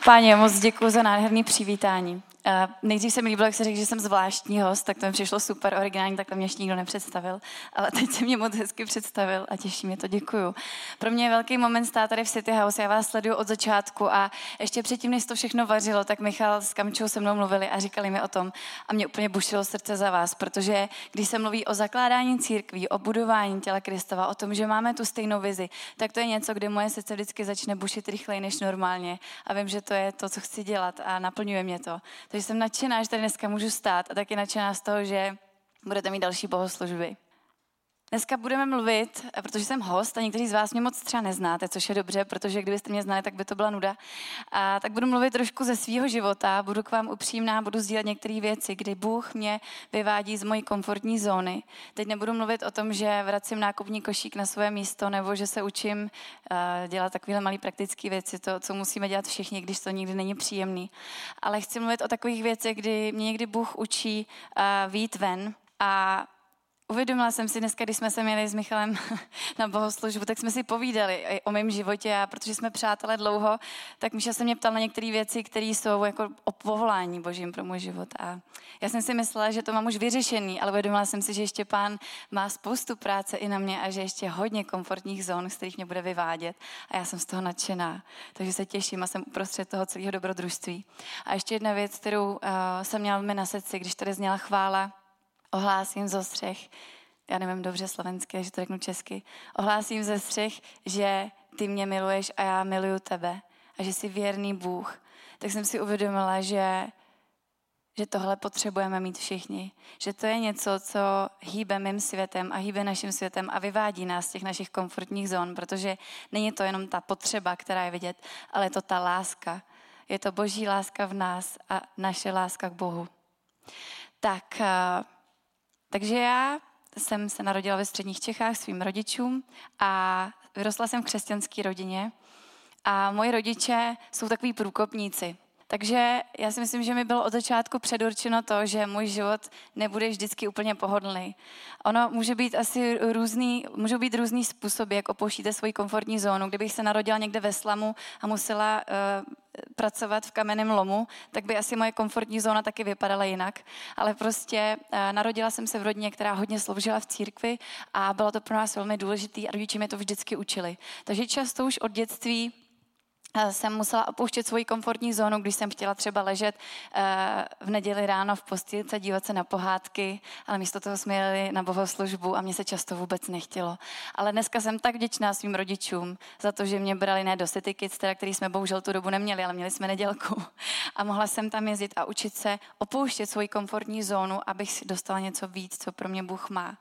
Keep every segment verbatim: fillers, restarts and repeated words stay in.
Páně, moc děkuji za nádherný přivítání. Uh, nejdřív se mi líbilo, jak se řekl, že jsem zvláštní host, tak to mi přišlo super originální, takhle mě ještě nikdo nepředstavil, ale teď se mě moc hezky představil a těší mě to, děkuju. Pro mě je velký moment stát tady v City House, já vás sleduju od začátku a ještě předtím, než to všechno vařilo, tak Michal s Kamčou se mnou mluvili a říkali mi o tom a mě úplně bušilo srdce za vás, protože když se mluví o zakládání církví, o budování těla Kristova, o tom, že máme tu stejnou vizi, tak to je něco, kde moje srdce vždycky začne bušit rychleji než normálně a vím, že to je to, co chci dělat a naplňuje mě to. Takže jsem nadšená, že tady dneska můžu stát a taky nadšená z toho, že budete mít další bohoslužby. Dneska budeme mluvit, protože jsem host a někteří z vás mě moc třeba neznáte, což je dobře, protože kdybyste mě znali, tak by to byla nuda. A tak budu mluvit trošku ze svého života, budu k vám upřímná, budu sdílet některé věci, kdy Bůh mě vyvádí z mojí komfortní zóny. Teď nebudu mluvit o tom, že vracím nákupní košík na své místo, nebo že se učím uh, dělat takovéhle malé praktické věci, to, co musíme dělat všichni, když to nikdy není příjemný. Ale chci mluvit o takových věcech, kdy mě někdy Bůh učí uh, vyjít ven a uvědomila jsem si dneska, když jsme se měli s Michalem na bohoslužbu, tak jsme si povídali o mém životě a protože jsme přátelé dlouho, tak Míša se mě ptal na některé věci, které jsou jako o povolání Božím pro můj život. A já jsem si myslela, že to mám už vyřešený, ale uvědomila jsem si, že ještě Pán má spoustu práce i na mě a že ještě hodně komfortních zón, z kterých mě bude vyvádět. A já jsem z toho nadšená, takže se těším a jsem uprostřed toho celého dobrodružství. A ještě jedna věc, kterou uh, jsem měla mi na srdci, když tady zněla chvála, ohlásím ze střech, já nevím dobře slovensky, takže to řeknu česky, ohlásím ze střech, že ty mě miluješ a já miluju tebe a že jsi věrný Bůh. Tak jsem si uvědomila, že, že tohle potřebujeme mít všichni. Že to je něco, co hýbe mým světem a hýbe naším světem a vyvádí nás z těch našich komfortních zón, protože není to jenom ta potřeba, která je vidět, ale je to ta láska. Je to Boží láska v nás a naše láska k Bohu. Tak... Takže já jsem se narodila ve středních Čechách svým rodičům a vyrostla jsem v křesťanské rodině a moji rodiče jsou takový průkopníci. Takže já si myslím, že mi bylo od začátku předurčeno to, že můj život nebude vždycky úplně pohodlný. Ono může být asi různý, můžou být různý způsoby, jak opouštíte svoji komfortní zónu. Kdybych se narodila někde ve slamu a musela uh, pracovat v kamenném lomu, tak by asi moje komfortní zóna taky vypadala jinak. Ale prostě uh, narodila jsem se v rodině, která hodně sloužila v církvi a bylo to pro nás velmi důležité a rodiče mě to vždycky učili. Takže často už od dětství jsem musela opouštět svoji komfortní zónu, když jsem chtěla třeba ležet v neděli ráno v postýlce, dívat se na pohádky, ale místo toho jsme jeli na bohoslužbu a mě se často vůbec nechtělo. Ale dneska jsem tak vděčná svým rodičům za to, že mě brali ne do City Kids, teda, který jsme bohužel tu dobu neměli, ale měli jsme nedělku. A mohla jsem tam jezdit a učit se opouštět svoji komfortní zónu, abych si dostala něco víc, co pro mě Bůh má.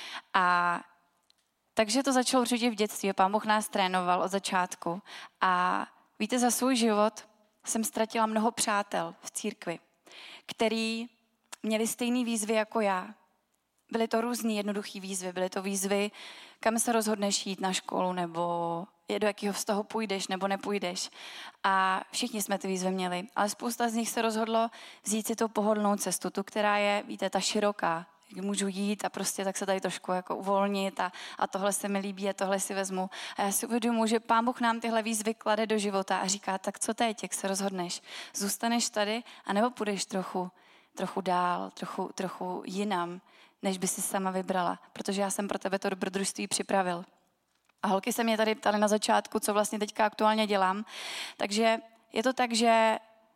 A takže to začalo určitě v dětství. Pán Bůh nás trénoval od začátku a víte, za svůj život jsem ztratila mnoho přátel v církvi, který měli stejné výzvy jako já. Byly to různé jednoduché výzvy, byly to výzvy, kam se rozhodneš jít na školu, nebo do jakého vztahu půjdeš nebo nepůjdeš. A všichni jsme ty výzvy měli, ale spousta z nich se rozhodlo vzít si tu pohodlnou cestu, tu, která je, víte, ta široká, jak můžu jít a prostě tak se tady trošku jako uvolnit a, a tohle se mi líbí a tohle si vezmu. A já si uvědomuji, že Pán Bůh nám tyhle výzvy klade do života a říká, tak co teď, jak se rozhodneš? Zůstaneš tady anebo půjdeš trochu, trochu dál, trochu, trochu jinam, než by si sama vybrala, protože já jsem pro tebe to dobrodružství připravil. A holky se mě tady ptaly na začátku, co vlastně teďka aktuálně dělám. Takže je to tak, že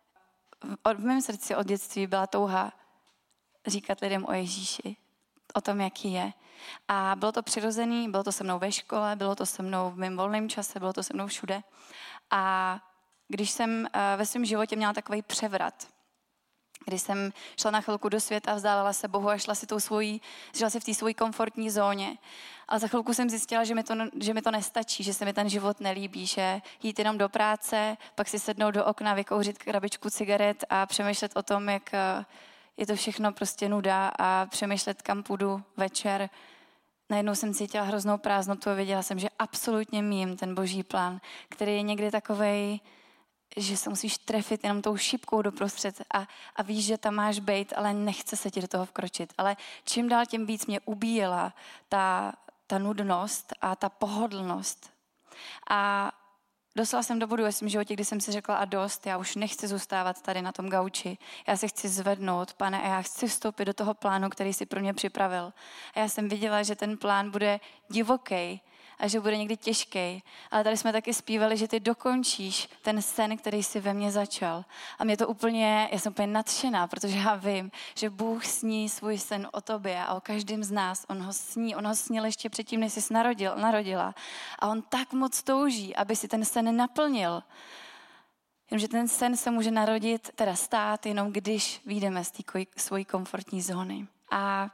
v mém srdci od dětství byla touha říkat lidem o Ježíši, o tom, jaký je. A bylo to přirozený, bylo to se mnou ve škole, bylo to se mnou v mém volném čase, bylo to se mnou všude. A když jsem ve svém životě měla takový převrat, když jsem šla na chvilku do světa, vzdálila se Bohu a šla si tou svojí, žila si v té svojí komfortní zóně. Ale za chvilku jsem zjistila, že mi, to, že mi to nestačí, že se mi ten život nelíbí, že jít jenom do práce, pak si sednout do okna, vykouřit krabičku cigaret a přemýšlet o tom, jak je to všechno prostě nuda a přemýšlet, kam půjdu večer. Najednou jsem cítila hroznou prázdnotu a věděla jsem, že absolutně mím ten Boží plán, který je někdy takovej, že se musíš trefit jenom tou šipkou doprostřed a, a víš, že tam máš bejt, ale nechce se ti do toho vkročit. Ale čím dál tím víc mě ubíjela ta, ta nudnost a ta pohodlnost. A Doslala jsem do bodu ve svém životě, kdy jsem si řekla a dost, já už nechci zůstávat tady na tom gauči. Já se chci zvednout, Pane, a já chci vstoupit do toho plánu, který jsi pro mě připravil. A já jsem viděla, že ten plán bude divoký a že bude někdy těžký. Ale tady jsme taky zpívali, že ty dokončíš ten sen, který jsi ve mně začal. A mě to úplně, já jsem úplně nadšená, protože já vím, že Bůh sní svůj sen o tobě a o každém z nás. On ho sní, on ho snil ještě předtím, než jsi narodil, narodila. A on tak moc touží, aby si ten sen naplnil. Jenomže ten sen se může narodit, teda stát, jenom když vyjdeme z té svojí komfortní zóny. A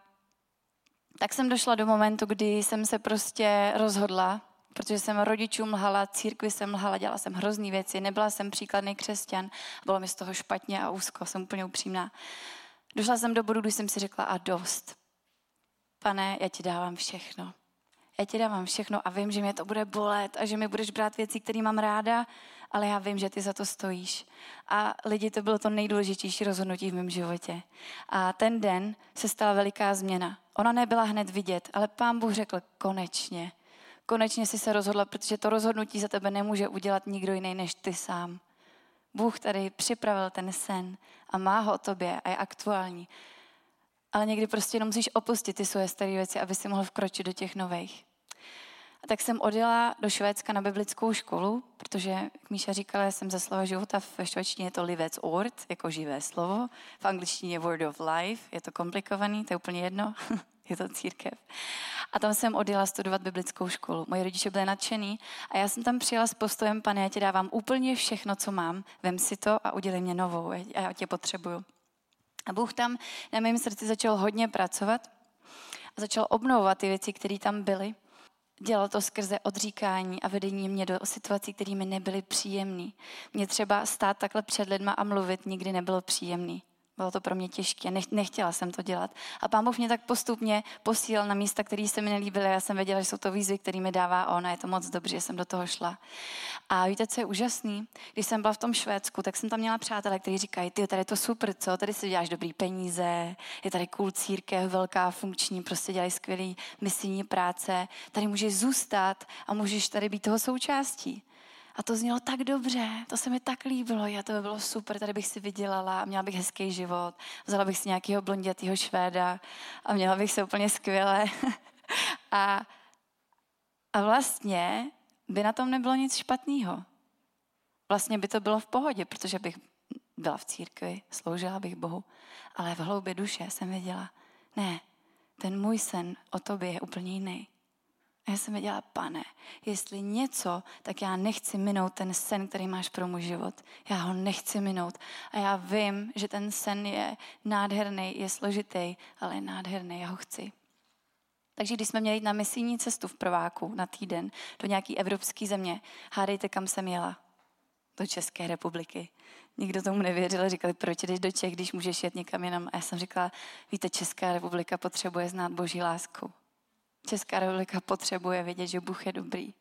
tak jsem došla do momentu, kdy jsem se prostě rozhodla, protože jsem rodičům lhala, církvi jsem lhala, dělala jsem hrozný věci, nebyla jsem příkladný křesťan, bylo mi z toho špatně a úzko, jsem úplně upřímná. Došla jsem do bodu, kdy jsem si řekla a dost. Pane, já ti dávám všechno. Já ti dávám všechno a vím, že mě to bude bolet a že mi budeš brát věci, které mám ráda, ale já vím, že ty za to stojíš. A lidi, to bylo to nejdůležitější rozhodnutí v mém životě. A ten den se stala veliká změna. Ona nebyla hned vidět, ale Pán Bůh řekl konečně. Konečně jsi se rozhodla, protože to rozhodnutí za tebe nemůže udělat nikdo jiný než ty sám. Bůh tady připravil ten sen a má ho o tobě a je aktuální. Ale někdy prostě jenom musíš opustit ty svoje staré věci, aby si mohl vkročit do těch nových. A tak jsem odjela do Švédska na biblickou školu, protože, jak Míša říkala, já jsem ze slova života, ve švédštině je to livets ord, jako živé slovo, v angličtině je word of life, je to komplikovaný, to je úplně jedno, je to církev. A tam jsem odjela studovat biblickou školu. Moji rodiče byli nadšený a já jsem tam přijela s postojem, Pane, já ti dávám úplně všechno, co mám, vem si to a udělej mě novou, já tě potřebuju. A Bůh tam na mém srdci začal hodně pracovat a začal obnovovat ty věci, které tam byly. Dělal to skrze odříkání a vedení mě do situací, které mi nebyly příjemné. Mně třeba stát takhle před lidma a mluvit nikdy nebylo příjemné. Bylo to pro mě těžké, nechtěla jsem to dělat. A Pán Bůh mě tak postupně posílal na místa, které se mi nelíbily. Já jsem věděla, že jsou to výzvy, které mi dává on a je to moc dobře, že jsem do toho šla. A víte, co je úžasný? Když jsem byla v tom Švédsku, tak jsem tam měla přátelé, kteří říkají, ty, tady je to super, co? Tady si děláš dobrý peníze, je tady cool církev, velká, funkční, prostě dělají skvělý misijní práce. Tady můžeš zůstat a můžeš tady být toho součástí. A to znělo tak dobře, to se mi tak líbilo, já to by bylo super, tady bych si vydělala, měla bych hezký život, vzala bych si nějakého blondětýho Švéda a měla bych se úplně skvěle. a, a vlastně by na tom nebylo nic špatného. Vlastně by to bylo v pohodě, protože bych byla v církvi, sloužila bych Bohu, ale v hloubi duše jsem věděla, ne, ten můj sen o tobě je úplně jiný. A já jsem věděla, Pane, jestli něco, tak já nechci minout ten sen, který máš pro můj život. Já ho nechci minout. A já vím, že ten sen je nádherný, je složitý, ale je nádherný, já ho chci. Takže když jsme měli jít na misijní cestu v prváku na týden do nějaké evropské země, hádejte, kam jsem jela? Do České republiky. Nikdo tomu nevěřil, říkali, proč jdeš do Čech, když můžeš jet někam jinam. A já jsem říkala, víte, Česká republika potřebuje znát Boží lásku. Česká republika potřebuje vědět, že Bůh je dobrý.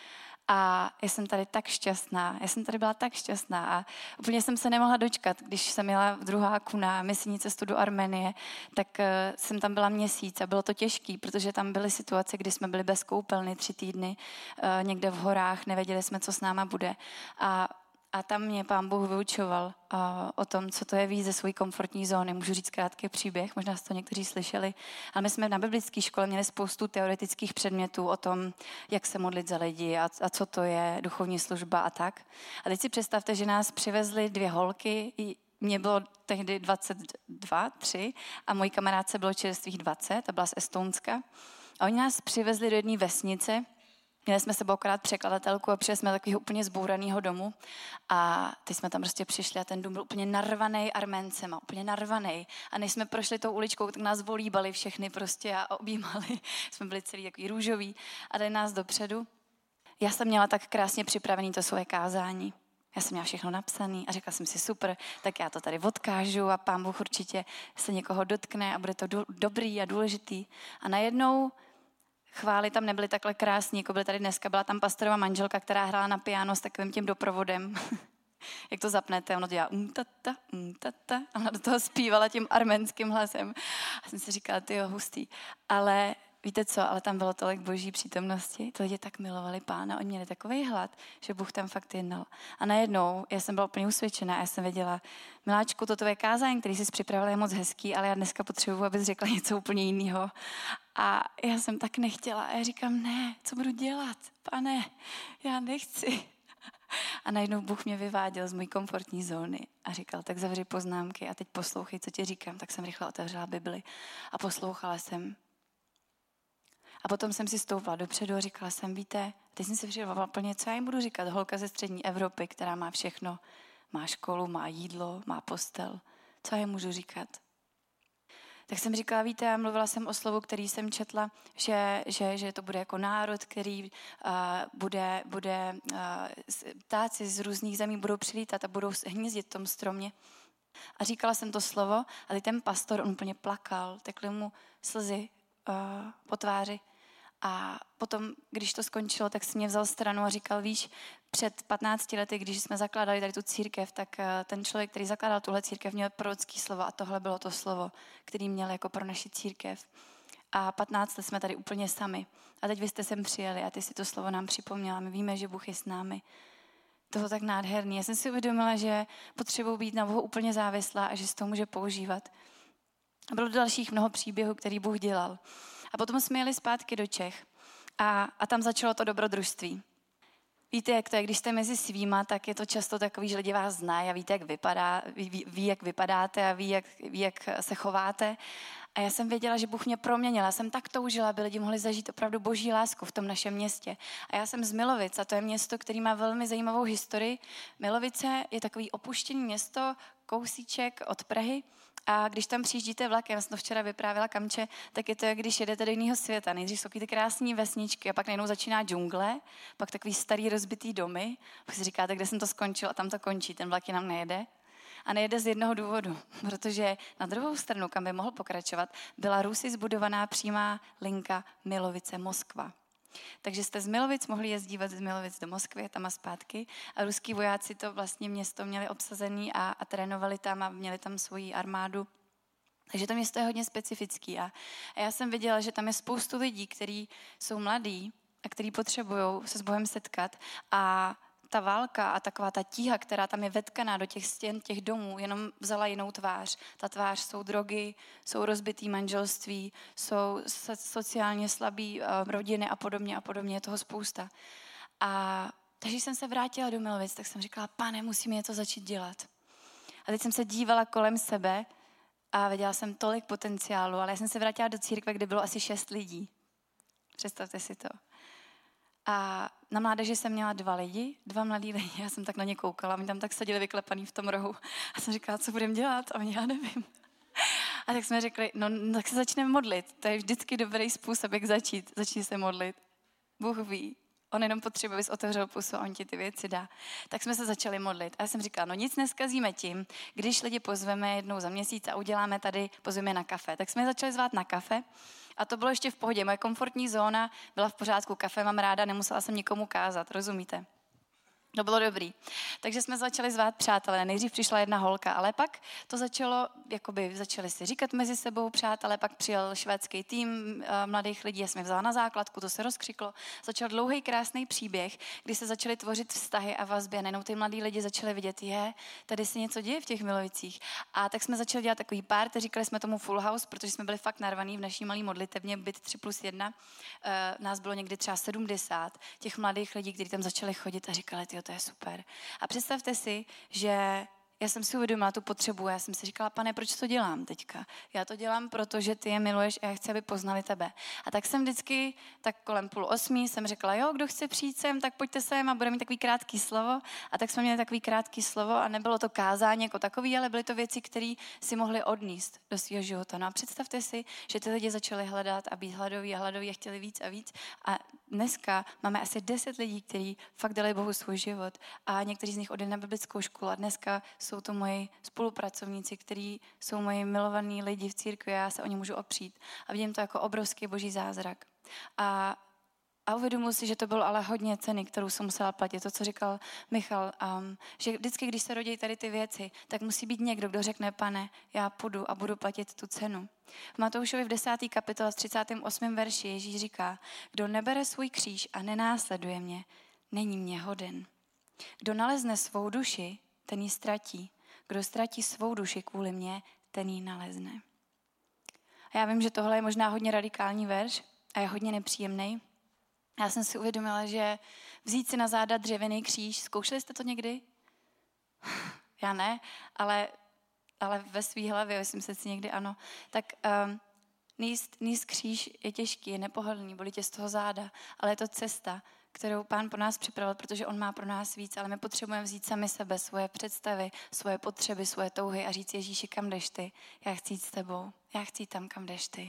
A já jsem tady tak šťastná, já jsem tady byla tak šťastná a úplně jsem se nemohla dočkat, když jsem jela v druháku na misijní cestu do Arménie, tak uh, jsem tam byla měsíc a bylo to těžký, protože tam byly situace, kdy jsme byli bez koupelny tři týdny, uh, někde v horách, nevěděli jsme, co s náma bude. A A tam mě Pán Bůh vyučoval uh, o tom, co to je víc ze své komfortní zóny. Můžu říct krátký příběh, možná jste to někteří slyšeli. Ale my jsme na biblické škole měli spoustu teoretických předmětů o tom, jak se modlit za lidi a, a co to je duchovní služba a tak. A teď si představte, že nás přivezly dvě holky, mně bylo tehdy dvacet dva, tři a mojí kamarádce bylo čerstvých dvacet, ta byla z Estonska. A oni nás přivezli do jedné vesnice. Měli jsme sebou akorát překladatelku a přijeli jsme do takového úplně zbouraného domu a teď jsme tam prostě přišli a ten dům byl úplně narvaný Arméncema, úplně narvaný. A než jsme prošli tou uličkou, tak nás volíbali všechny prostě a objímali. Jsme byli celý takový růžový a dali nás dopředu. Já jsem měla tak krásně připravený to svoje kázání. Já jsem měla všechno napsané a řekla jsem si super, tak já to tady odkážu a Pán Bůh určitě se někoho dotkne a bude to do- dobrý a důležitý. A najednou chvály tam nebyly takhle krásný, jako byly tady dneska. Byla tam pastorova manželka, která hrála na piano s takovým tím doprovodem. Jak to zapnete, ono dělá um tata, um tata. A ona do toho zpívala tím arménským hlasem. A jsem si říkala, tyjo, hustý. Ale víte co, ale tam bylo tolik boží přítomnosti, ty lidi tak milovali Pána, oni měli takový hlad, že Bůh tam fakt jednal. A najednou já jsem byla úplně usvědčená, já jsem věděla, miláčku, to tvoje kázání, který jsi připravila, je moc hezký, ale já dneska potřebuji, abys řekla něco úplně jiného. A já jsem tak nechtěla a já říkám, ne, co budu dělat, Pane, já nechci. A najednou Bůh mě vyváděl z mojí komfortní zóny a říkal, tak zavři poznámky a teď poslouchej, co ti říkám. Tak jsem rychle otevřela Bibli a poslouchala jsem. A potom jsem si stoupla dopředu a říkala jsem, víte, teď jsem si připravila plně, co já jim budu říkat. Holka ze střední Evropy, která má všechno, má školu, má jídlo, má postel. Co já jim můžu říkat? Tak jsem říkala, víte, já mluvila jsem o slovu, který jsem četla, že, že, že to bude jako národ, který uh, bude, bude uh, ptáci z různých zemí budou přilítat a budou hnízdit v tom stromě. A říkala jsem to slovo a teď ten pastor, on úplně plakal, tekly mu slzy uh, po tváři. A potom, když to skončilo, tak si mě vzal stranu a říkal, víš, před patnácti lety, když jsme zakládali tady tu církev, tak ten člověk, který zakládal tuhle církev, měl prorocký slovo a tohle bylo to slovo, který měl jako pro naši církev. A patnáct let jsme tady úplně sami. A teď vy jste sem přijeli a ty si to slovo nám připomněla. My víme, že Bůh je s námi. To bylo tak nádherný. Já jsem si uvědomila, že potřebuji být na Bohu úplně závislá a že si to může používat. A bylo dalších mnoho příběhů, který Bůh dělal. A potom jsme jeli zpátky do Čech a, a tam začalo to dobrodružství. Víte, jak to je, když jste mezi svýma, tak je to často takový, že lidi vás znají a víte, jak vypadá, ví, ví, jak vypadáte a ví jak, ví, jak se chováte. A já jsem věděla, že Bůh mě proměnil. Já jsem tak toužila, aby lidi mohli zažít opravdu boží lásku v tom našem městě. A já jsem z Milovic a to je město, který má velmi zajímavou historii. Milovice je takový opuštěný město, kousíček od Prahy. A když tam přijíždíte vlakem, já jsem to včera vyprávěla Kamče, tak je to, jak když jedete do jiného světa. Nejdřív jsou ty krásné vesničky a pak najednou začíná džungle, pak takový starý rozbitý domy. Pak si říkáte, kde jsem to skončil a tam to končí, ten vlak nám nejede. A nejede z jednoho důvodu, protože na druhou stranu, kam by mohl pokračovat, byla Rusy zbudovaná přímá linka Milovice-Moskva. Takže jste z Milovic mohli jezdívat z Milovic do Moskvy, tam a zpátky. A ruský vojáci to vlastně město měli obsazený a, a trénovali tam a měli tam svoji armádu. Takže to město je hodně specifický. A, a já jsem viděla, že tam je spoustu lidí, kteří jsou mladí a kteří potřebují se s Bohem setkat. A ta válka a taková ta tíha, která tam je vetkaná do těch stěn, těch domů, jenom vzala jinou tvář. Ta tvář jsou drogy, jsou rozbitý manželství, jsou sociálně slabý uh, rodiny a podobně a podobně, je toho spousta. A takže jsem se vrátila do Milovic, tak jsem říkala, Pane, musíme něco začít dělat. A teď jsem se dívala kolem sebe a viděla jsem tolik potenciálu, ale já jsem se vrátila do církve, kde bylo asi šest lidí. Představte si to. A na mládeži jsem měla dva lidi, dva mladí lidi, já jsem tak na ně koukala, oni tam tak seděli vyklepaný v tom rohu a jsem říkala, co budeme dělat a oni, já nevím. A tak jsme řekli, no tak se začneme modlit, to je vždycky dobrý způsob, jak začít, začít se modlit. Bůh ví, on jenom potřebuje, abys otevřel pusu a on ti ty věci dá. Tak jsme se začali modlit a já jsem říkala, no nic neskazíme tím, když lidi pozveme jednou za měsíc a uděláme tady, pozveme na kafe. Tak jsme je začali zvát na kafe. A to bylo ještě v pohodě. Moje komfortní zóna byla v pořádku. Kafe mám ráda, nemusela jsem nikomu kázat, rozumíte? To bylo dobrý. Takže jsme začali zvát přátelé. Nejdřív přišla jedna holka, ale pak to začalo, jakoby začali si říkat mezi sebou přátelé, pak přijel švédský tým uh, mladých lidí, já jsem je vzala na základku, to se rozkřiklo. Začal dlouhý krásný příběh, kdy se začaly tvořit vztahy a vazby a najednou ty mladí lidi začali vidět, je, tady se něco děje v těch Milovicích. A tak jsme začali dělat takový party, říkali jsme tomu full house, protože jsme byli fakt narvaný v naší malý modlitevně, byt tři plus jedna. Uh, nás bylo někdy třeba sedmdesát těch mladých lidí, kteří tam začali chodit a říkali, to je super. A představte si, že já jsem si uvědomila tu potřebu, já jsem si říkala, Pane, proč to dělám teďka? Já to dělám, protože ty je miluješ a já chci, aby poznali tebe. A tak jsem vždycky, tak kolem půl osmí jsem řekla, jo, kdo chce přijít sem, tak pojďte sem a bude mít takový krátký slovo. A tak jsme měli takový krátký slovo a nebylo to kázání jako takový, ale byly to věci, které si mohli odníst do svého života. No a představte si, že ty lidi začali hledat a být hladoví a hladoví a chtěli víc a víc. A dneska máme asi deset lidí, kteří fakt dali Bohu svůj život a někteří z nich odjeli na biblickou školu a dneska jsou to moji spolupracovníci, kteří jsou moji milovaní lidi v církvi a já se o ně můžu opřít. A vidím to jako obrovský boží zázrak. A A uvědomuji si, že to bylo ale hodně ceny, kterou jsem musela platit. To, co říkal Michal, um, že vždycky, když se rodí tady ty věci, tak musí být někdo, kdo řekne, pane, já půjdu a budu platit tu cenu. V Matoušovi v desáté kapitole z třicátém osmém verši Ježíš říká, kdo nebere svůj kříž a nenásleduje mě, není mě hoden. Kdo nalezne svou duši, ten ji ztratí. Kdo ztratí svou duši kvůli mně, ten ji nalezne. A já vím, že tohle je možná hodně radikální verš a je hodně nepříjemný. Já jsem si uvědomila, že vzít si na záda dřevěný kříž, zkoušeli jste to někdy? Já ne, ale, ale ve svý hlavě, myslím se si někdy ano. Tak um, níst, níst kříž je těžký, je nepohodlný, bolí tě z toho záda, ale je to cesta, kterou Pán po nás připravil, protože on má pro nás víc, ale my potřebujeme vzít sami sebe, svoje představy, svoje potřeby, svoje touhy a říct Ježíši, kam jdeš ty? Já chci jít s tebou, já chci jít tam, kam jdeš ty.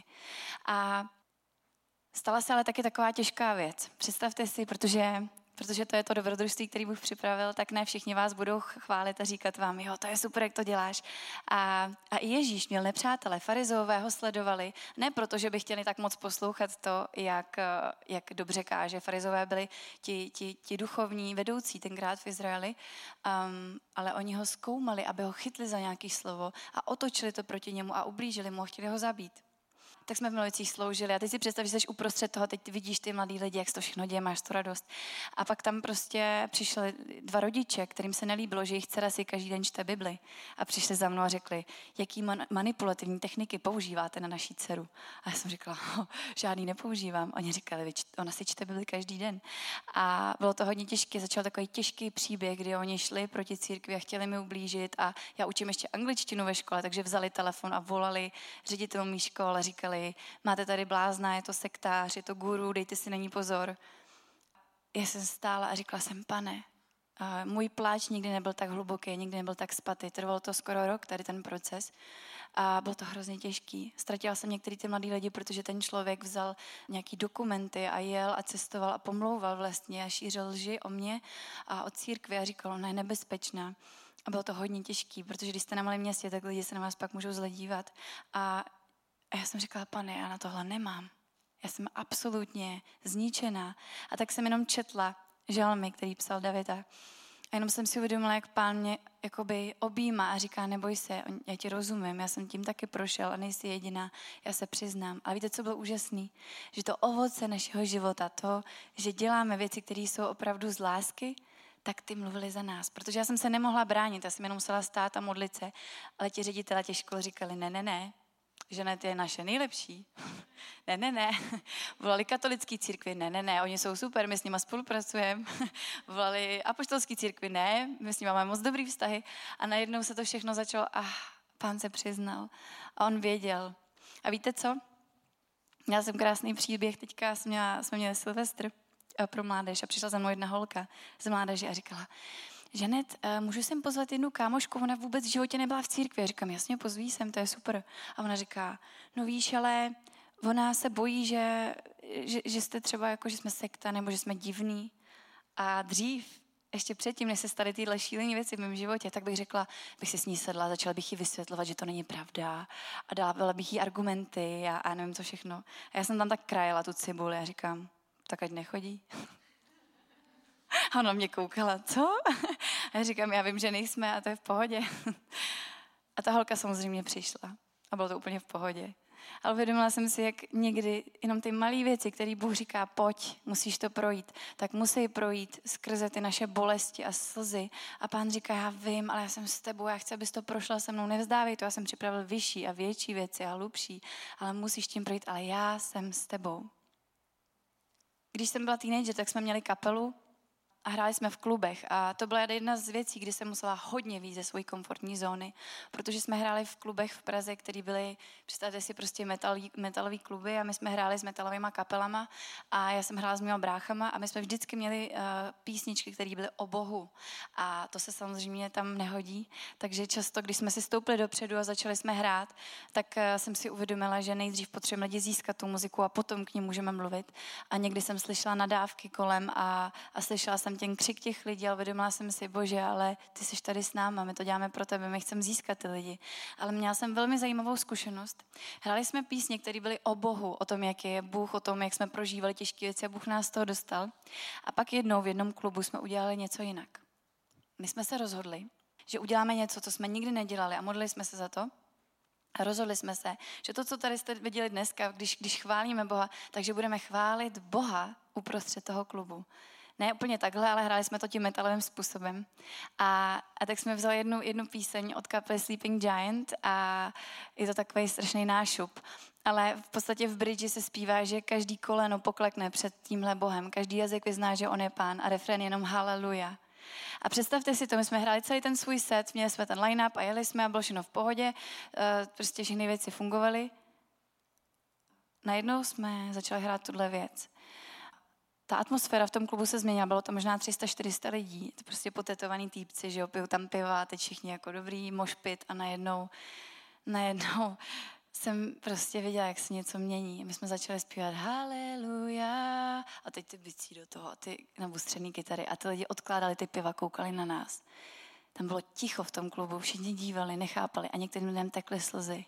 A stala se ale taky taková těžká věc. Představte si, protože, protože to je to dobrodružství, který Bůh připravil, tak ne všichni vás budou chválit a říkat vám, jo, to je super, jak to děláš. A, a i Ježíš měl nepřátele, farizeové ho sledovali, ne proto, že by chtěli tak moc poslouchat to, jak, jak dobře káže. Farizeové byli ti, ti, ti duchovní vedoucí tenkrát v Izraeli, um, ale oni ho zkoumali, aby ho chytli za nějaké slovo a otočili to proti němu a ublížili mu a chtěli ho zabít. Tak jsme v Milovicích sloužili a teď si představ, že jsi uprostřed toho, teď ty vidíš ty mladý lidi, jak se to všechno děje, máš tu radost. A pak tam prostě přišli dva rodiče, kterým se nelíbilo, že jejich dcera si každý den čte Bibli. A přišli za mnou a řekli, jaký man- manipulativní techniky používáte na naší dceru. A já jsem říkala, žádný nepoužívám. Oni říkali, ona si čte Bibli každý den. A bylo to hodně těžké, začal takový těžký příběh, kdy oni šli proti církvi a chtěli mi ublížit. A já učím ještě angličtinu ve škole, takže vzali telefon a volali ředitelům mý škol a říkali, máte tady blázna, je to sektář, je to guru, dejte si na ní pozor. Já jsem stála a říkala jsem, pane, můj pláč nikdy nebyl tak hluboký, nikdy nebyl tak spatý. Trvalo to skoro rok, tady ten proces. A bylo to hrozně těžký. Ztratila jsem některý ty mladý lidi, protože ten člověk vzal nějaký dokumenty a jel a cestoval a pomlouval vlastně a šířil lži o mě a o církvi a říkal, ona je nebezpečná. A bylo to hodně těžký, protože když jste na malém městě, tak lidi se na vás pak můžou zle dívat. A A já jsem říkala, pane, já na tohle nemám. Já jsem absolutně zničená. A tak jsem jenom četla žalmy, který psal David. A jenom jsem si uvědomila, jak Pán mě jakoby objímá a říká, neboj se, já ti rozumím, já jsem tím taky prošel a nejsi jediná, já se přiznám. A víte, co bylo úžasný? Že to ovoce našeho života, to, že děláme věci, které jsou opravdu z lásky, tak ty mluvili za nás. Protože já jsem se nemohla bránit, já jsem jenom musela stát a modlit se, ale ti ředitelé těch škol říkali, ne, ne, ne, Žanet je naše nejlepší. ne, ne, ne. Volali katolický církvi, ne, ne, ne, oni jsou super, my s nima spolupracujeme. Volali apoštolský církvi, ne, my s nima máme moc dobrý vztahy. A najednou se to všechno začalo, ah, Pán se přiznal. A on věděl. A víte co? Měla jsem krásný příběh, teďka jsme, měla, jsme měli Silvestr pro mládež a přišla za mnou jedna holka z mládeže a říkala, Žanet, můžu sem pozvat jednu kámošku, ona vůbec v životě nebyla v církvi. Já říkám, jasně, pozví sem, to je super. A ona říká, no víš, ale ona se bojí, že, že, že jste třeba jako, že jsme sekta, nebo že jsme divný. A dřív, ještě předtím, než se staly tyhle šílené věci v mém životě, tak bych řekla, bych si s ní sedla, začala bych jí vysvětlovat, že to není pravda a dávala bych jí argumenty a, a nevím co všechno. A já jsem tam tak krajela tu cibuli a říkám, tak ať nechodí. A ona mě koukala, co? A já říkám, já vím, že nejsme a to je v pohodě. A ta holka samozřejmě přišla a bylo to úplně v pohodě. Ale uvědomila jsem si, jak někdy jenom ty malé věci, které Bůh říká, pojď, musíš to projít, tak musí projít skrze ty naše bolesti a slzy. A Pán říká, já vím, ale já jsem s tebou, já chci, abys to prošla se mnou, nevzdávej to, já jsem připravil vyšší a větší věci a hlubší, ale musíš tím projít, ale já jsem s tebou. Když jsem byla teenager, tak jsme měli kapelu, a hráli jsme v klubech a to byla jedna z věcí, kdy jsem musela hodně víc ze své komfortní zóny, protože jsme hráli v klubech v Praze, které byly, představte si prostě metalový, metalový kluby a my jsme hráli s metalovými kapelama a já jsem hrála s mýma bráchama a my jsme vždycky měli uh, písničky, které byly o Bohu a to se samozřejmě tam nehodí, takže často, když jsme si stoupili dopředu a začali jsme hrát, tak uh, jsem si uvědomila, že nejdřív potřebujeme lidi získat tu muziku a potom k ní můžeme mluvit a někdy jsem slyšela nadávky kolem a, a slyšela jsem tam ten křik těch lidí, ale uvědomila jsem si, Bože, ale ty jsi tady s náma, my to děláme pro tebe, my chceme získat ty lidi. Ale měla jsem velmi zajímavou zkušenost. Hráli jsme písně, které byly o Bohu, o tom, jak je Bůh, o tom, jak jsme prožívali těžké věci a Bůh nás z toho dostal. A pak jednou v jednom klubu jsme udělali něco jinak. My jsme se rozhodli, že uděláme něco, co jsme nikdy nedělali a modlili jsme se za to. A rozhodli jsme se, že to, co tady jste viděli dneska, když, když chválíme Boha, takže budeme chválit Boha uprostřed toho klubu. Ne úplně takhle, ale hráli jsme to tím metalovým způsobem. A, a tak jsme vzali jednu, jednu píseň od kapely Sleeping Giant a je to takový strašný nášup. Ale v podstatě v bridži se zpívá, že každý koleno poklekne před tímhle Bohem, každý jazyk vyzná, že on je Pán a refrén jenom haleluja. A představte si to, my jsme hráli celý ten svůj set, měli jsme ten line-up a jeli jsme a bylo všechno v pohodě, prostě všechny věci fungovaly. Najednou jsme začali hrát tuhle věc. Ta atmosféra v tom klubu se změnila, bylo to možná tři sta čtyři sta lidí, to prostě potetovaný týpci, že jo, pijou tam piva a teď všichni jako dobrý mošpit a najednou, najednou jsem prostě viděla, jak se něco mění. My jsme začali zpívat haleluja a teď ty bicí do toho, ty nebo střední kytary a ty lidi odkládali ty piva, koukali na nás. Tam bylo ticho v tom klubu, všichni dívali, nechápali a některým lidem tekly slzy.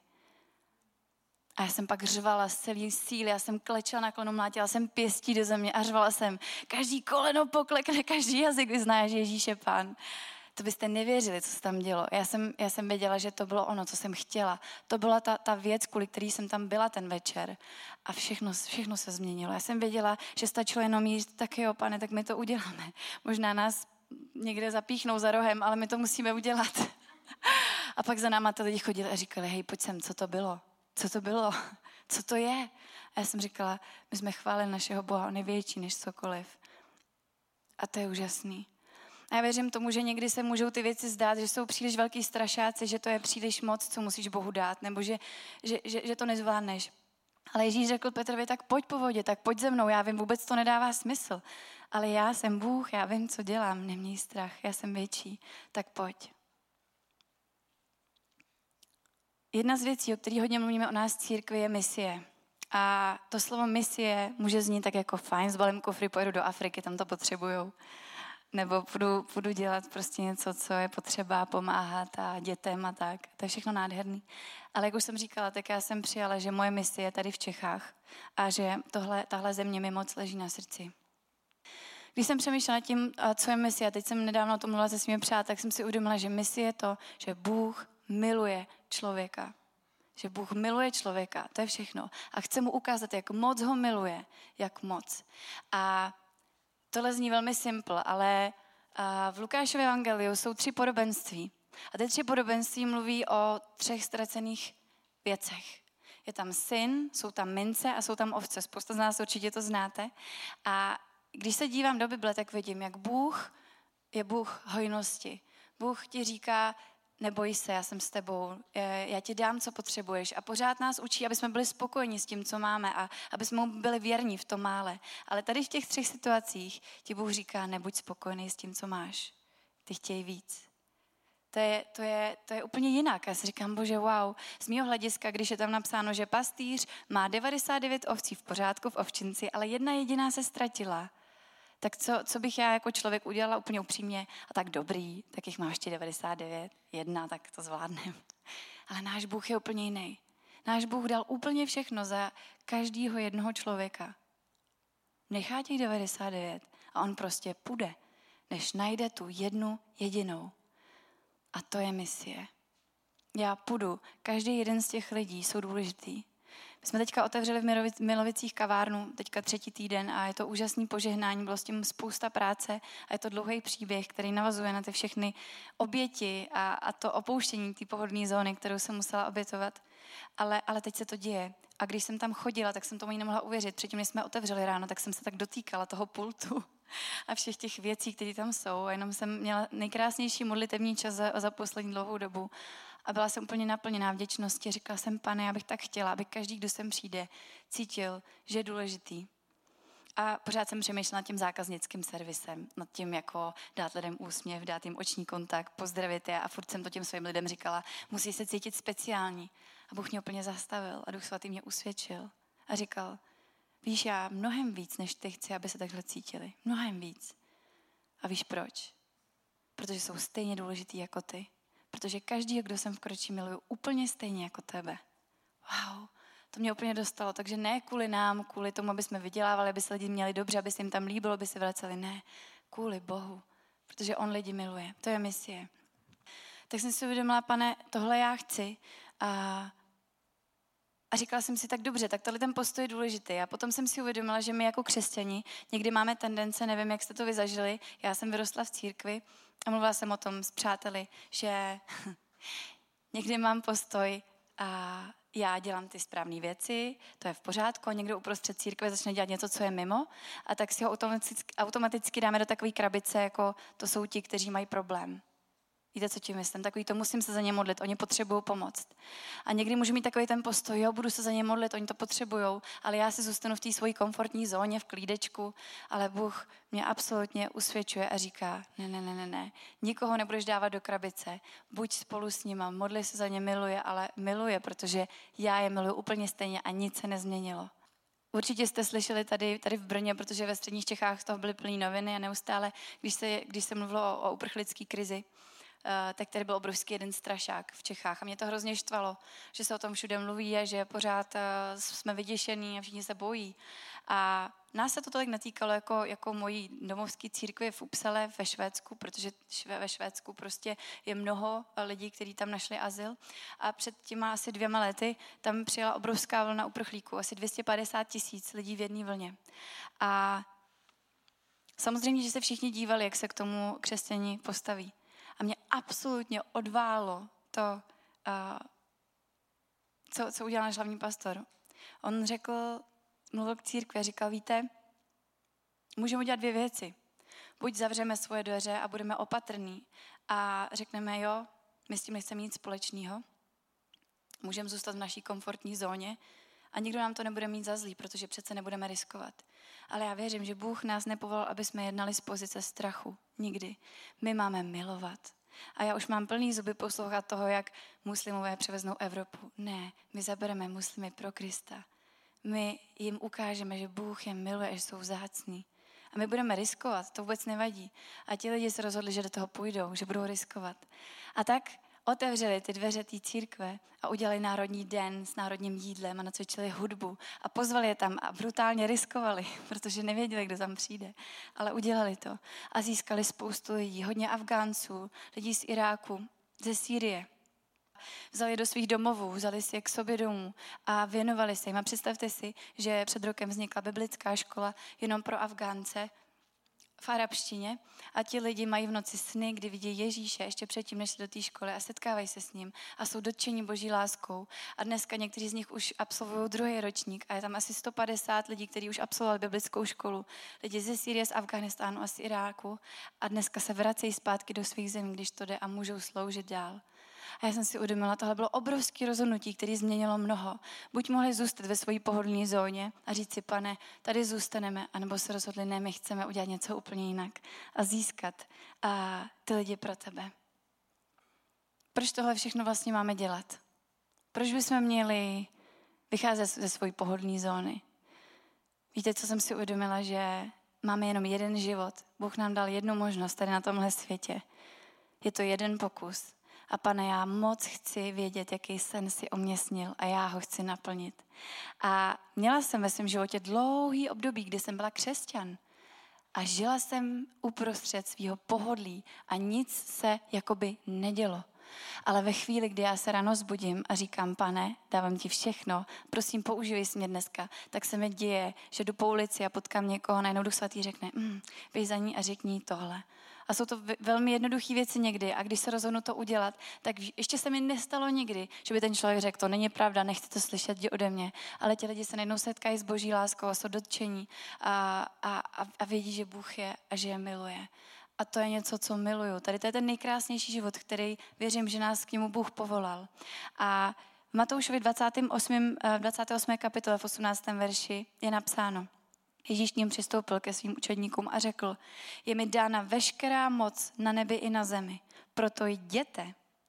A já jsem pak řvala z celý síly, já jsem klečela na koleno, mlátila jsem pěstí do země a řvala jsem, každý koleno poklekne, každý jazyk vyzná, že Ježíš je Pán. To byste nevěřili, co se tam dělo. Já jsem, já jsem věděla, že to bylo ono, co jsem chtěla. To byla ta, ta věc, kvůli který jsem tam byla ten večer. A všechno, všechno se změnilo. Já jsem věděla, že stačilo jenom jít, tak jo, Pane, tak my to uděláme. Možná nás někde zapíchnou za rohem, ale my to musíme udělat. A pak za náma ty lidi chodili a říkali, hej, pojď sem, co to bylo? Co to bylo? Co to je? A já jsem říkala, my jsme chválili našeho Boha, on je větší než cokoliv. A to je úžasný. A já věřím tomu, že někdy se můžou ty věci zdát, že jsou příliš velký strašáci, že to je příliš moc, co musíš Bohu dát, nebo že, že, že, že to nezvládneš. Ale Ježíš řekl Petrovi, tak pojď po vodě, tak pojď ze mnou, já vím, vůbec to nedává smysl. Ale já jsem Bůh, já vím, co dělám, neměj strach, já jsem větší, tak pojď. Jedna z věcí, o kterých hodně mluvíme o nás v církvi, je misie. A to slovo misie může znít tak jako fajn, zbalím kufry, pojedu do Afriky, tam to potřebujou. Nebo půjdu, půjdu dělat prostě něco, co je potřeba, pomáhat a dětem a tak. To je všechno nádherný. Ale jak už jsem říkala, tak já jsem přijala, že moje misie je tady v Čechách a že tohle, tahle země mi moc leží na srdci. Když jsem přemýšlela nad tím, co je misie, a teď jsem nedávno o tom mluvila se svými přáteli, tak jsem si uvědomila, že misie je to, že Bůh miluje člověka. Že Bůh miluje člověka, to je všechno. A chce mu ukázat, jak moc ho miluje, jak moc. A tohle zní velmi simple, ale v Lukášově evangeliu jsou tři podobenství. A ty tři podobenství mluví o třech ztracených věcech. Je tam syn, jsou tam mince a jsou tam ovce. Spousta z nás určitě to znáte. A když se dívám do Bible, tak vidím, jak Bůh je Bůh hojnosti. Bůh ti říká, neboj se, já jsem s tebou, já ti dám, co potřebuješ. A pořád nás učí, aby jsme byli spokojeni s tím, co máme a aby jsme mu byli věrní v tom mále. Ale tady v těch třech situacích ti Bůh říká, nebuď spokojený s tím, co máš. Ty chtějí víc. To je, to je, to je úplně jinak. Já si říkám, bože, wow. Z mýho hlediska, když je tam napsáno, že pastýř má devadesát devět ovcí v pořádku v ovčinci, ale jedna jediná se ztratila, tak co, co bych já jako člověk udělala úplně upřímně? A tak dobrý, tak jich má ještě devadesát devět, jedna, tak to zvládnem. Ale náš Bůh je úplně jiný. Náš Bůh dal úplně všechno za každého jednoho člověka. Nechá těch devadesát devět a on prostě půjde, než najde tu jednu jedinou. A to je misie. Já půjdu, každý jeden z těch lidí jsou důležitý. My jsme teďka otevřeli v Milovicích kavárnu, teďka třetí týden a je to úžasný požehnání, bylo s tím spousta práce a je to dlouhý příběh, který navazuje na ty všechny oběti a, a to opouštění té pohodlné zóny, kterou jsem musela obětovat. Ale, ale teď se to děje. A když jsem tam chodila, tak jsem tomu ani nemohla uvěřit. Předtím, než jsme otevřeli ráno, tak jsem se tak dotýkala toho pultu a všech těch věcí, které tam jsou. A jenom jsem měla nejkrásnější modlitevní čas za, za poslední dlouhou dobu. A byla jsem úplně naplněná vděčností. Říkala jsem, Pane, já bych tak chtěla, aby každý, kdo sem přijde, cítil, že je důležitý. A pořád jsem přemýšlela nad tím zákaznickým servisem, nad tím, jako dát lidem úsměv, dát jim oční kontakt, pozdravit je. A furt jsem to těm svým lidem říkala, musí se cítit speciální. A Bůh mě úplně zastavil a Duch Svatý mě usvědčil. A říkal, víš, já mnohem víc, než ty chci, aby se takhle cítili. Mnohem víc. A víš proč? Protože jsou stejně důležitý jako ty. Protože každý, kdo sem vkročí, miluju úplně stejně jako tebe. Wow, to mě úplně dostalo. Takže ne kvůli nám, kvůli tomu, aby jsme vydělávali, aby se lidi měli dobře, aby se jim tam líbilo, aby se vraceli. Ne, kvůli Bohu. Protože on lidi miluje. To je misie. Tak jsem si uvědomila, Pane, tohle já chci. A, a říkala jsem si, tak dobře, tak tohle ten postoj je důležitý. A potom jsem si uvědomila, že my jako křesťani někdy máme tendence, nevím, jak jste to vy zažili, já jsem vyrostla v církvi a mluvila jsem o tom s přáteli, že někdy mám postoj a já dělám ty správné věci, to je v pořádku, a někdo uprostřed církve začne dělat něco, co je mimo, a tak si ho automaticky, automaticky dáme do takové krabice, jako to jsou ti, kteří mají problém. Víte, co tím myslím? Takový to musím se za ně modlit, oni potřebují pomoct. A někdy můžu mít takový ten postoj, jo, budu se za ně modlit, oni to potřebujou, ale já si zůstanu v té svojí komfortní zóně, v klídečku, ale Bůh mě absolutně usvědčuje a říká, ne, ne, ne, ne, ne, nikoho nebudeš dávat do krabice, buď spolu s nima, modli se za ně, miluje, ale miluje, protože já je miluju úplně stejně a nic se nezměnilo. Určitě jste slyšeli tady, tady v Brně, protože ve středních Čechách z toho byly plný noviny a neustále, když se, když se mluvilo o, o uprchlické krizi, Uh, tak tady byl obrovský jeden strašák v Čechách. A mě to hrozně štvalo, že se o tom všude mluví a že pořád uh, jsme vyděšení a všichni se bojí. A nás se to tolik netýkalo jako, jako mojí domovské církvi v Uppsale ve Švédsku, protože ve Švédsku prostě je mnoho lidí, kteří tam našli azyl. A před těma asi dvěma lety tam přijela obrovská vlna uprchlíků, asi dvě stě padesát tisíc lidí v jedné vlně. A samozřejmě, že se všichni dívali, jak se k tomu křesťaní postaví. A mě absolutně odválo to, uh, co, co udělal náš hlavní pastor. On řekl, mluvil k církvi a říkal, víte, můžeme udělat dvě věci. Buď zavřeme svoje dveře a budeme opatrní a řekneme, jo, my s tím nechceme nic společného. Můžeme zůstat v naší komfortní zóně a nikdo nám to nebude mít za zlý, protože přece nebudeme riskovat. Ale já věřím, že Bůh nás nepovolal, aby jsme jednali z pozice strachu. Nikdy. My máme milovat. A já už mám plný zuby poslouchat toho, jak muslimové převeznou Evropu. Ne, my zabereme muslimy pro Krista. My jim ukážeme, že Bůh je miluje, že jsou vzácní. A my budeme riskovat, to vůbec nevadí. A ti lidi se rozhodli, že do toho půjdou, že budou riskovat. A tak otevřeli ty dveře té církve a udělali národní den s národním jídlem a nacvičili hudbu a pozvali je tam a brutálně riskovali, protože nevěděli, kdo tam přijde, ale udělali to a získali spoustu lidí, hodně Afgánců, lidí z Iráku, ze Sýrie. Vzali do svých domovů, vzali si je k sobě domů a věnovali se jim. A představte si, že před rokem vznikla biblická škola jenom pro Afgánce, v arabštině a ti lidi mají v noci sny, kdy vidí Ježíše ještě předtím, než šli do té školy a setkávají se s ním a jsou dotčeni Boží láskou. A dneska někteří z nich už absolvují druhý ročník a je tam asi sto padesát lidí, kteří už absolvovali biblickou školu. Lidi ze Sýrie, z Afghánistánu a z Iráku a dneska se vracejí zpátky do svých zemí, když to jde a můžou sloužit dál. A já jsem si uvědomila, tohle bylo obrovské rozhodnutí, které změnilo mnoho. Buď mohli zůstat ve své pohodlné zóně a říct si, pane, tady zůstaneme, anebo se rozhodli, ne, my chceme udělat něco úplně jinak a získat a ty lidi pro tebe. Proč tohle všechno vlastně máme dělat? Proč bychom měli vycházet ze své pohodlné zóny? Víte, co jsem si uvědomila, že máme jenom jeden život. Bůh nám dal jednu možnost tady na tomhle světě. Je to jeden pokus. A pane, já moc chci vědět, jaký sen si o mě snil a já ho chci naplnit. A měla jsem ve svém životě dlouhý období, kdy jsem byla křesťan. A žila jsem uprostřed svého pohodlí a nic se jakoby nedělo. Ale ve chvíli, kdy já se ráno zbudím a říkám, pane, dávám ti všechno, prosím, použij jsi mě dneska, tak se mi děje, že jdu po ulici a potkám někoho, najednou Duch Svatý řekne, mm, běž za ní a řekni jí tohle. A jsou to velmi jednoduché věci někdy a když se rozhodnu to udělat, tak ještě se mi nestalo nikdy, že by ten člověk řekl, to není pravda, nechci to slyšet ode mě, ale ti lidi se najednou setkají s Boží láskou a jsou dotčení a, a, a vědí, že Bůh je a že je miluje. A to je něco, co miluju. Tady to je ten nejkrásnější život, který věřím, že nás k němu Bůh povolal. A v Matoušovi dvacáté osmé dvacáté osmé kapitole v osmnáctém verši je napsáno. Ježíš k ním přistoupil ke svým učedníkům a řekl, je mi dána veškerá moc na nebi i na zemi, proto jděte,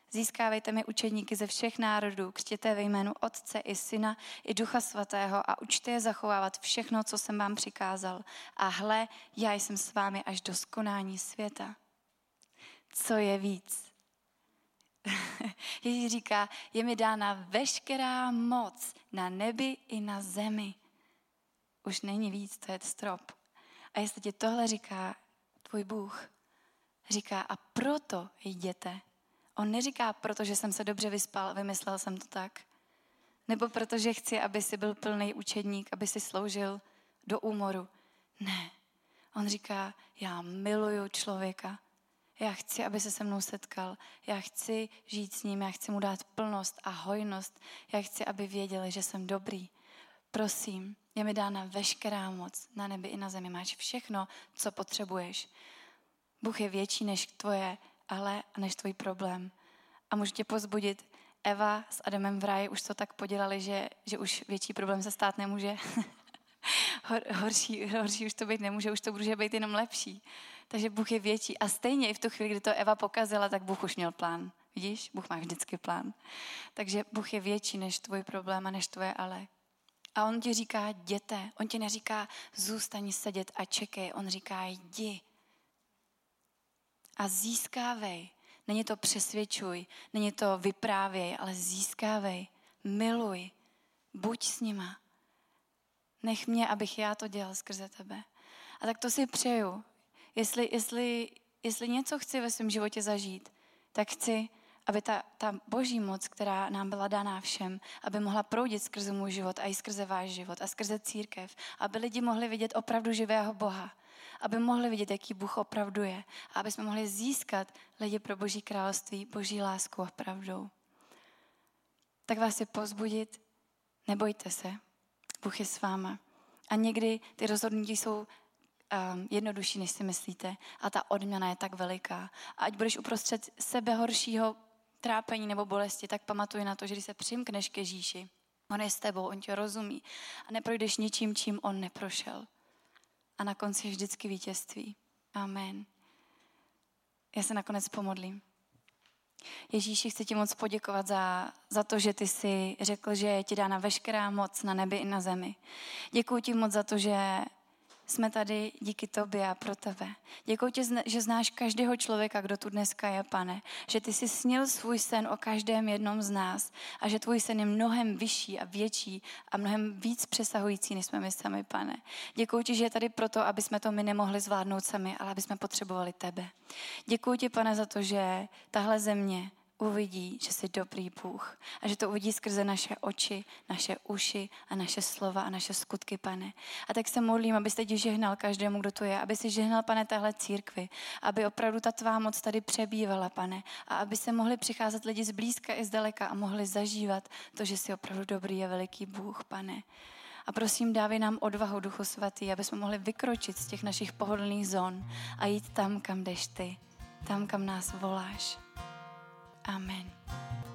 Získávejte mi učedníky ze všech národů, křtěte ve jménu Otce i Syna i Ducha Svatého a učte je zachovávat všechno, co jsem vám přikázal. A hle, já jsem s vámi až do skonání světa. Co je víc? Ježíš říká, je mi dána veškerá moc na nebi i na zemi. Už není víc, to je strop. A jestli ti tohle říká tvůj Bůh, říká a proto jděte. On neříká, protože jsem se dobře vyspal, vymyslel jsem to tak. Nebo protože chci, aby si byl plný učedník, aby si sloužil do úmoru. Ne. On říká, já miluju člověka. Já chci, aby se se mnou setkal. Já chci žít s ním, já chci mu dát plnost a hojnost. Já chci, aby věděli, že jsem dobrý. Prosím, je mi dána veškerá moc na nebi i na zemi. Máš všechno, co potřebuješ. Bůh je větší než tvoje ale a než tvůj problém. A můžu tě pozbudit, Eva s Adamem v ráji už to tak podělali, že, že už větší problém se stát nemůže. Hor, horší, horší už to být nemůže, už to může být jenom lepší. Takže Bůh je větší. A stejně i v tu chvíli, kdy to Eva pokazila, tak Bůh už měl plán. Vidíš? Bůh má vždycky plán. Takže Bůh je větší než tvůj problém a než tvoje ale. A on ti říká, jděte. On ti neříká, zůstaň sedět a čekej. On říká, jdi. A získávej. Není to přesvědčuj, není to vyprávěj, ale získávej. Miluj. Buď s nima. Nech mě, abych já to dělal skrze tebe. A tak to si přeju. Jestli, jestli, jestli něco chci ve svém životě zažít, tak chci, aby ta, ta boží moc, která nám byla dána všem, aby mohla proudit skrze můj život a i skrze váš život a skrze církev. Aby lidi mohli vidět opravdu živého Boha. Aby mohli vidět, jaký Bůh opravdu je. A aby jsme mohli získat lidi pro boží království, boží lásku a pravdou. Tak vás je povzbudit, nebojte se. Bůh je s váma. A někdy ty rozhodnutí jsou um, jednodušší, než si myslíte. A ta odměna je tak veliká. A ať budeš uprostřed sebehoršího trápení nebo bolesti, tak pamatuj na to, že když se přimkneš k Ježíši, on je s tebou, on tě rozumí. A neprojdeš ničím, čím on neprošel. A na konci je vždycky vítězství. Amen. Já se nakonec pomodlím. Ježíši, chci ti moc poděkovat za, za to, že ty jsi řekl, že je ti dána veškerá moc na nebi i na zemi. Děkuji ti moc za to, že jsme tady díky tobě a pro tebe. Děkuji ti, že znáš každého člověka, kdo tu dneska je, Pane. Že ty jsi snil svůj sen o každém jednom z nás a že tvůj sen je mnohem vyšší a větší a mnohem víc přesahující, než jsme my sami, Pane. Děkuji ti, že je tady proto, aby jsme to my nemohli zvládnout sami, ale aby jsme potřebovali tebe. Děkuji ti, Pane, za to, že tahle země uvidí, že jsi dobrý Bůh a že to uvidí skrze naše oči, naše uši a naše slova a naše skutky, Pane. A tak se modlím, abyste ti žehnal každému, kdo tu je, aby si žehnal, Pane, téhle církvi, aby opravdu ta tvá moc tady přebývala, Pane, a aby se mohli přicházet lidi zblízka i zdaleka a mohli zažívat to, že jsi opravdu dobrý a veliký Bůh, Pane. A prosím, dávej nám odvahu, Duchu Svatý, aby jsme mohli vykročit z těch našich pohodlných zón a jít tam, kam jdeš ty, tam, kam nás voláš. Amen.